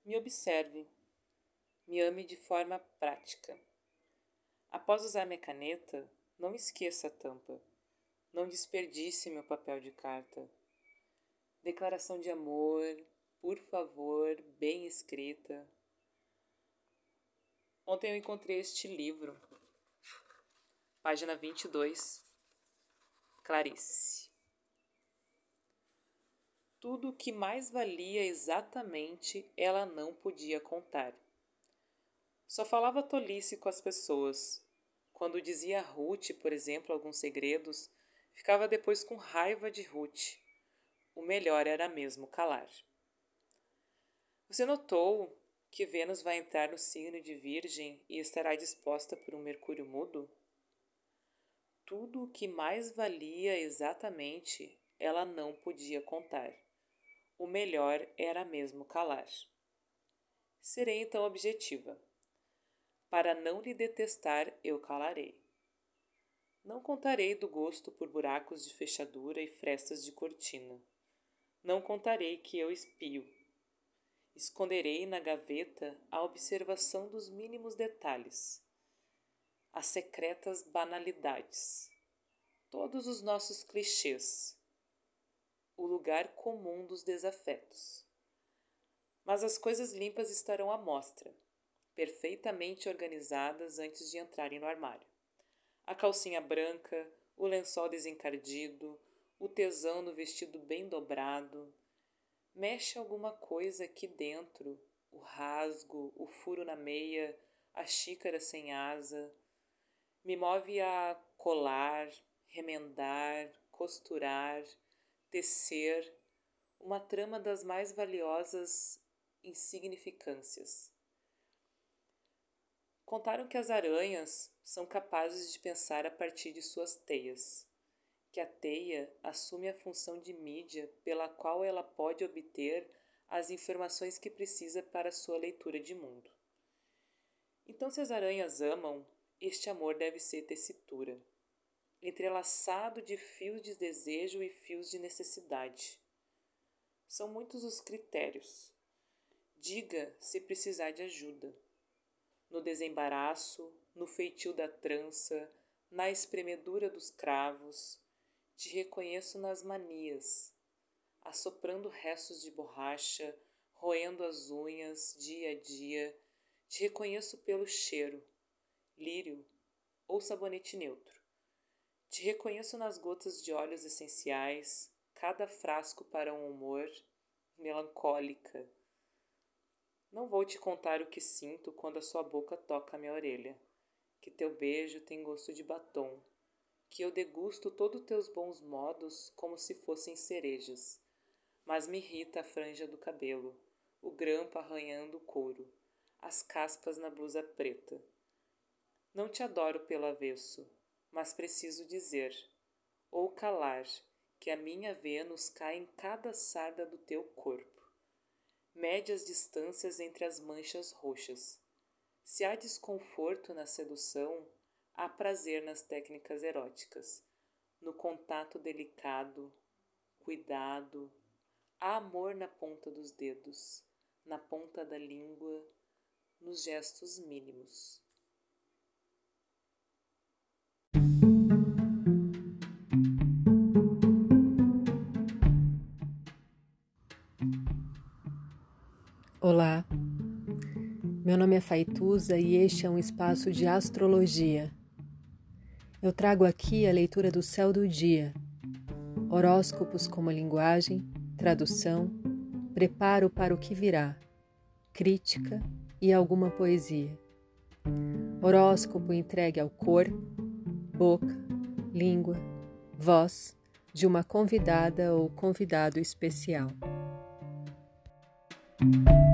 Me observe, me ame de forma prática. Após usar minha caneta, não esqueça a tampa. Não desperdice meu papel de carta. Declaração de amor, por favor, bem escrita. Ontem eu encontrei este livro, página 22, Clarice. Tudo o que mais valia exatamente ela não podia contar. Só falava tolice com as pessoas. Quando dizia a Ruth, por exemplo, alguns segredos, ficava depois com raiva de Ruth. O melhor era mesmo calar. Você notou que Vênus vai entrar no signo de Virgem e estará disposta por um Mercúrio mudo? Tudo o que mais valia exatamente ela não podia contar. O melhor era mesmo calar. Serei então objetiva. Para não lhe detestar, eu calarei. Não contarei do gosto por buracos de fechadura e frestas de cortina. Não contarei que eu espio. Esconderei na gaveta a observação dos mínimos detalhes, as secretas banalidades, todos os nossos clichês, o lugar comum dos desafetos. Mas as coisas limpas estarão à mostra, perfeitamente organizadas antes de entrarem no armário. A calcinha branca, o lençol desencardido, o tesão no vestido bem dobrado. Mexe alguma coisa aqui dentro, o rasgo, o furo na meia, a xícara sem asa. Me move a colar, remendar, costurar, tecer, uma trama das mais valiosas insignificâncias. Contaram que as aranhas são capazes de pensar a partir de suas teias, que a teia assume a função de mídia pela qual ela pode obter as informações que precisa para sua leitura de mundo. Então, se as aranhas amam, este amor deve ser tessitura, entrelaçado de fios de desejo e fios de necessidade. São muitos os critérios. Diga se precisar de ajuda. No desembaraço, no feitio da trança, na espremedura dos cravos, te reconheço nas manias, assoprando restos de borracha, roendo as unhas dia a dia, te reconheço pelo cheiro, lírio ou sabonete neutro. Te reconheço nas gotas de óleos essenciais, cada frasco para um humor, melancólica. Não vou te contar o que sinto quando a sua boca toca a minha orelha, que teu beijo tem gosto de batom, que eu degusto todos teus bons modos como se fossem cerejas, mas me irrita a franja do cabelo, o grampo arranhando o couro, as caspas na blusa preta. Não te adoro pelo avesso, mas preciso dizer, ou calar, que a minha Vênus cai em cada sarda do teu corpo. Mede as distâncias entre as manchas roxas. Se há desconforto na sedução, há prazer nas técnicas eróticas, no contato delicado, cuidado, há amor na ponta dos dedos, na ponta da língua, nos gestos mínimos. Olá, meu nome é Faituza e este é um espaço de astrologia. Eu trago aqui a leitura do céu do dia, horóscopos como linguagem, tradução, preparo para o que virá, crítica e alguma poesia. Horóscopo entregue ao corpo, boca, língua, voz de uma convidada ou convidado especial.